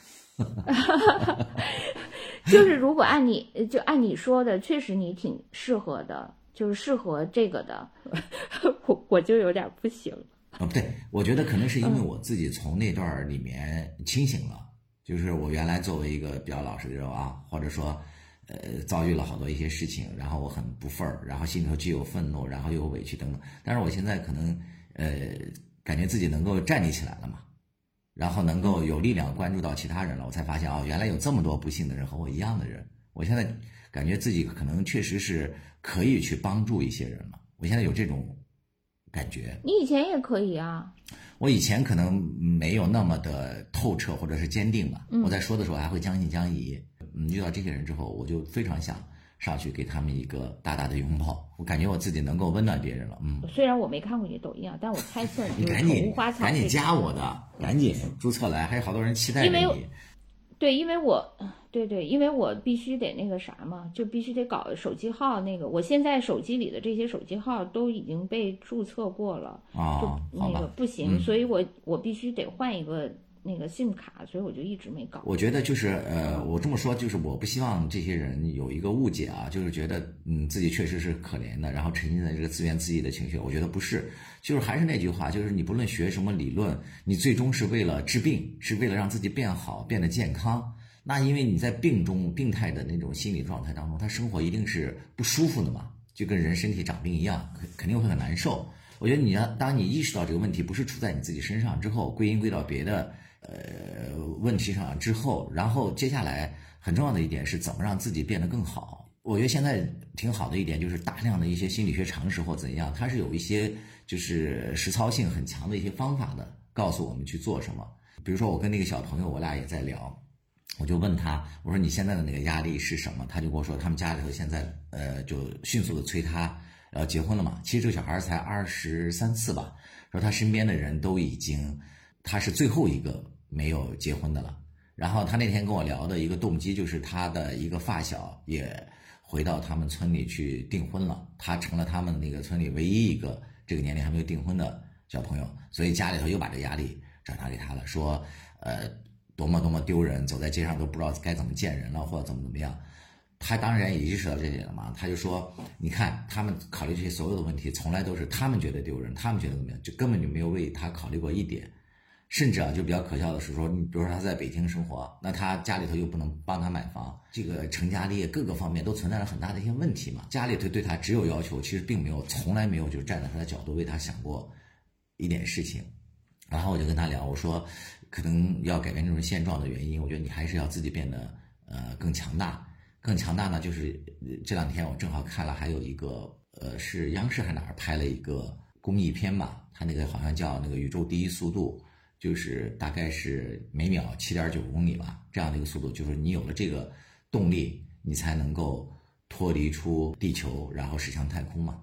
就是如果按你就按你说的，确实你挺适合的，就是适合这个的，我我就有点不行。 哦，不对，我觉得可能是因为我自己从那段里面清醒了，嗯、就是我原来作为一个比较老实的人啊，或者说，呃，遭遇了好多一些事情，然后我很不忿儿，然后心里头既有愤怒，然后又有委屈等等。但是我现在可能，呃，感觉自己能够站立起来了嘛，然后能够有力量关注到其他人了，我才发现哦，原来有这么多不幸的人和我一样的人。我现在感觉自己可能确实是可以去帮助一些人了。我现在有这种感觉。 你以前也可以啊。 我以前可能没有那么的透彻或者是坚定吧、嗯、我在说的时候还会将信将疑。嗯，遇到这些人之后，我就非常想上去给他们一个大大的拥抱，我感觉我自己能够温暖别人了。嗯， 虽然我没看过你抖音啊，但我猜测你赶紧赶紧加我的，赶紧注册来，还有好多人期待着你。 对，因为我对对，因为我必须得那个啥嘛，就必须得搞手机号那个。我现在手机里的这些手机号都已经被注册过了， 哦， 就那个不行， 嗯、 所以我我必须得换一个那个 SIM 卡，所以我就一直没搞。 我觉得就是呃，我这么说就是我不希望这些人有一个误解啊，就是觉得嗯自己确实是可怜的，然后沉浸在这个自怨自艾的情绪。我觉得不是，就是还是那句话，就是你不论学什么理论，你最终是为了治病，是为了让自己变好，变得健康。那因为你在病中病态的那种心理状态当中，他生活一定是不舒服的嘛，就跟人身体长病一样，肯定会很难受。我觉得你要当你意识到这个问题不是出在你自己身上之后，归因归到别的呃问题上之后，然后接下来很重要的一点是怎么让自己变得更好。我觉得现在挺好的一点就是大量的一些心理学常识或怎样，它是有一些就是实操性很强的一些方法的，告诉我们去做什么。比如说我跟那个小朋友，我俩也在聊。我就问他，我说你现在的那个压力是什么？他就跟我说，他们家里头现在呃就迅速的催他要结婚了嘛。其实这个小孩才二十三四吧，说他身边的人都已经，他是最后一个没有结婚的了。然后他那天跟我聊的一个动机就是他的一个发小也回到他们村里去订婚了，他成了他们那个村里唯一一个这个年龄还没有订婚的小朋友，所以家里头又把这个压力转达给他了，说呃。多么多么丢人，走在街上都不知道该怎么见人了，或者怎么怎么样。他当然也意识到这点了嘛，他就说，你看他们考虑这些所有的问题，从来都是他们觉得丢人，他们觉得怎么样，就根本就没有为他考虑过一点。甚至啊，就比较可笑的是说，你比如说他在北京生活，那他家里头又不能帮他买房，这个成家立业各个方面都存在了很大的一些问题嘛。家里头对他只有要求，其实并没有，从来没有就是站在他的角度为他想过一点事情。然后我就跟他聊，我说可能要改变这种现状的原因，我觉得你还是要自己变得呃更强大。更强大呢，就是这两天我正好看了，还有一个呃是央视还哪儿拍了一个公益片吧，它那个好像叫那个宇宙第一速度，就是大概是每秒七点九公里吧，这样的一个速度，就是你有了这个动力，你才能够脱离出地球，然后驶向太空嘛。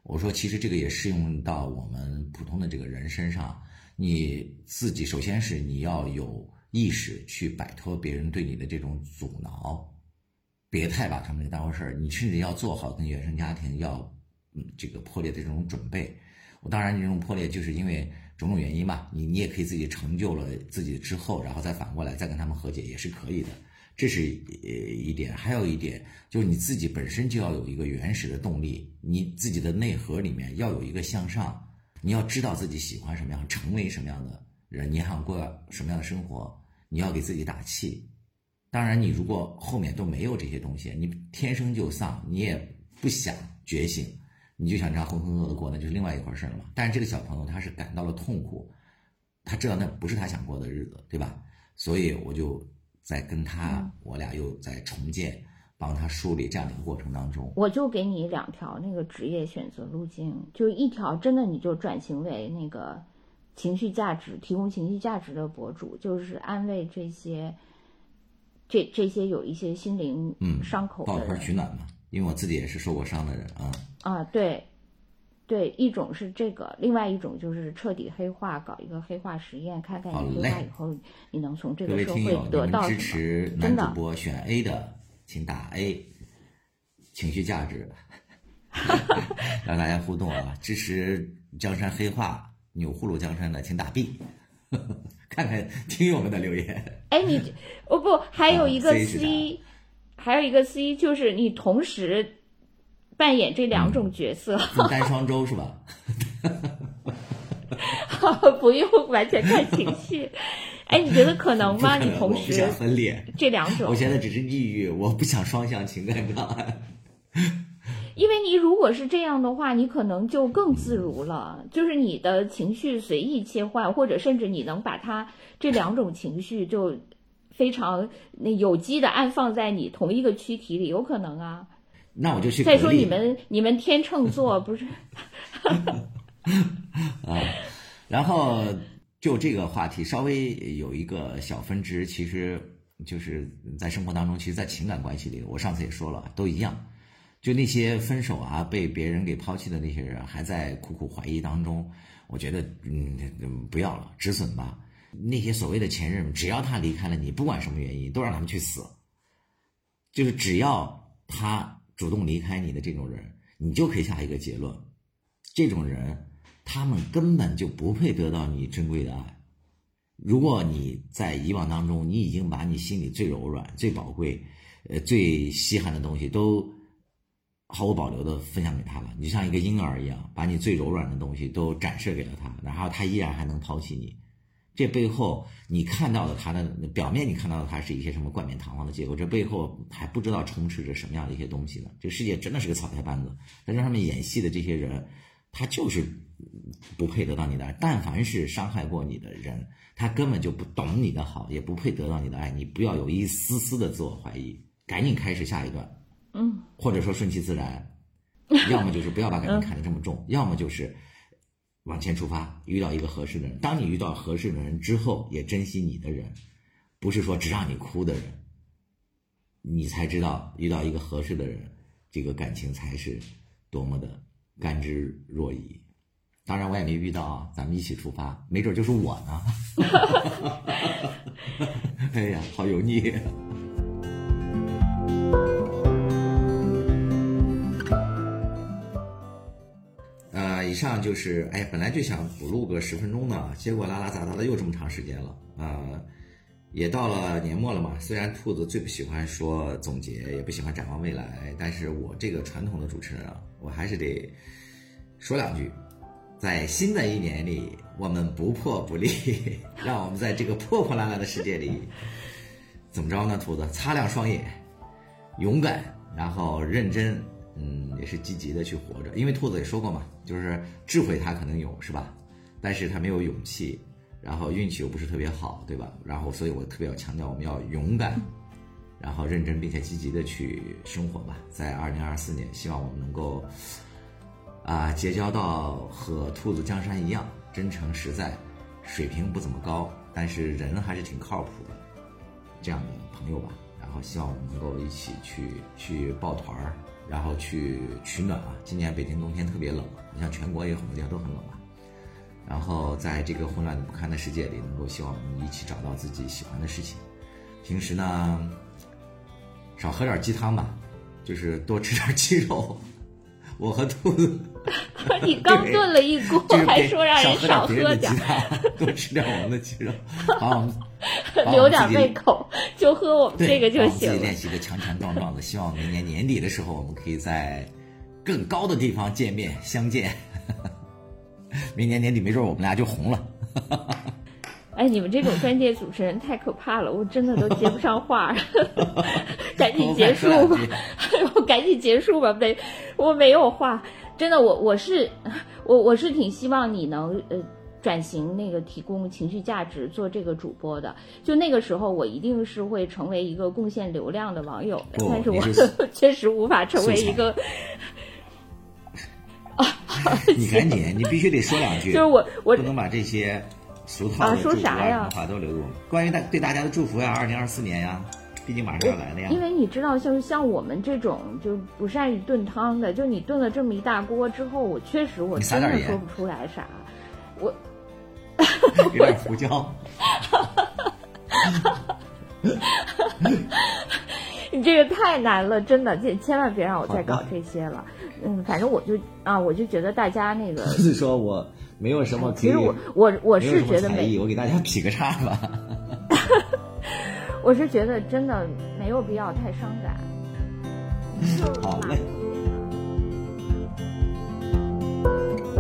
我说其实这个也适用到我们普通的这个人身上，你自己首先是你要有意识去摆脱别人对你的这种阻挠，别太把他们当回事儿，你甚至要做好跟原生家庭要嗯这个破裂的这种准备。我当然这种破裂就是因为种种原因嘛，你你也可以自己成就了自己之后，然后再反过来再跟他们和解也是可以的，这是一点。还有一点就是你自己本身就要有一个原始的动力，你自己的内核里面要有一个向上，你要知道自己喜欢什么样，成为什么样的人，你想过什么样的生活，你要给自己打气。当然你如果后面都没有这些东西，你天生就丧，你也不想觉醒，你就想这样浑浑噩噩的过，那就是另外一回事了嘛。但是这个小朋友他是感到了痛苦，他知道那不是他想过的日子，对吧？所以我就在跟他、嗯、我俩又在重建，帮他梳理这样的一个过程当中， 我就给你两条那个职业选择路径，就一条真的你就转型为那个情绪价值提供情绪价值的博主，就是安慰这些这这些有一些心灵伤口的人， 抱团取暖嘛。因为我自己也是受过伤的人啊。 啊，对，对，一种是这个，另外一种就是彻底黑化，搞一个黑化实验，看看你黑化以后，你能从这个社会得到什么。 支持男主播选 A 的，请打 A， 情绪价值，让大家互动啊。支持江山黑化，钮祜禄江山的，请打 B。看看听友们的留言。 哎，你哦不，还有一个 C，、啊、还有一个 C， 就是你同时扮演这两种角色， 分担双周是吧？ 不用完全看情绪。哎，你觉得可能吗？你同时我不想分裂这两种， 我现在只是抑郁，我不想双向情感障碍。 因为你如果是这样的话，你可能就更自如了，就是你的情绪随意切换，或者甚至你能把它这两种情绪就非常那有机的安放在你同一个躯体里，有可能啊。 那我就去。 再说你们你们天秤座不是？ 啊，然后就这个话题稍微有一个小分支，其实就是在生活当中，其实，在情感关系里，我上次也说了，都一样。就那些分手啊，被别人给抛弃的那些人，还在苦苦怀疑当中，我觉得嗯不要了，止损吧。那些所谓的前任，只要他离开了你，不管什么原因，都让他们去死。就是只要他主动离开你的这种人，你就可以下一个结论，这种人他们根本就不配得到你珍贵的爱。如果你在以往当中，你已经把你心里最柔软、最宝贵、呃最稀罕的东西都毫无保留的分享给他了，你就像一个婴儿一样，把你最柔软的东西都展示给了他，然后他依然还能抛弃你。这背后你看到的他的表面，你看到的他是一些什么冠冕堂皇的结果，这背后还不知道充斥着什么样的一些东西呢？这个世界真的是个草台班子，但是他们演戏的这些人，他就是不配得到你的爱。但凡是伤害过你的人，他根本就不懂你的好，也不配得到你的爱。你不要有一丝丝的自我怀疑，赶紧开始下一段。 嗯， 或者说顺其自然，要么就是不要把感情看得这么重，要么就是往前出发，遇到一个合适的人。当你遇到合适的人之后，也珍惜你的人，不是说只让你哭的人，你才知道遇到一个合适的人，这个感情才是多么的甘之若饴。当然我也没遇到啊，咱们一起出发，没准就是我呢。哎呀，好油腻。以上就是哎，本来就想补录个十分钟的，结果拉拉杂杂的又这么长时间了啊、呃！也到了年末了嘛，虽然兔子最不喜欢说总结，也不喜欢展望未来，但是我这个传统的主持人啊，我还是得说两句。在新的一年里，我们不破不立，让我们在这个破破烂烂的世界里，怎么着呢？兔子擦亮双眼，勇敢，然后认真。嗯，也是积极的去活着，因为兔子也说过嘛，就是智慧他可能有，是吧？但是他没有勇气，然后运气又不是特别好，对吧？然后所以我特别要强调，我们要勇敢，然后认真并且积极的去生活吧。在二零二四年，希望我们能够啊、呃、结交到和兔子江山一样真诚实在，水平不怎么高，但是人还是挺靠谱的这样的朋友吧。然后希望我们能够一起去去抱团儿，然后去取暖啊。今年北京冬天特别冷，你像全国也有很多地方都很冷啊。然后在这个混乱不堪的世界里，能够希望我们一起找到自己喜欢的事情。平时呢，少喝点鸡汤吧，就是多吃点鸡肉。我和兔子， 你刚炖了一锅，还说让人少喝点， 多吃点我们的鸡肉，把我们留点胃口，就喝我们这个就行了。 自己练习的强强壮壮的，希望明年年底的时候，我们可以在更高的地方见面相见。明年年底没准我们俩就红了。 哎，你们这种专业主持人太可怕了，我真的都接不上话。赶紧结束吧，我赶紧结束吧，没，我没有话。真的，我我是我我是挺希望你能呃转型那个提供情绪价值做这个主播的。就那个时候，我一定是会成为一个贡献流量的网友的，但是我确实无法成为一个。 你赶紧，你必须得说两句， 就是我我不能把这些俗套的祝福啊话都留住。关于大对大家的祝福呀，二零二四年呀，毕竟马上要来了呀。 因为你知道，就是像我们这种就不善于炖汤的，就你炖了这么一大锅之后，我确实我真的说不出来啥。我有点胡椒。 你这个太难了，真的，千千万别让我再搞这些了。嗯，反正我就啊，我就觉得大家那个， 就是说我没有什么可以， 其实我我我是觉得没，我给大家劈个叉吧。 我是觉得真的没有必要太伤感。 好嘞。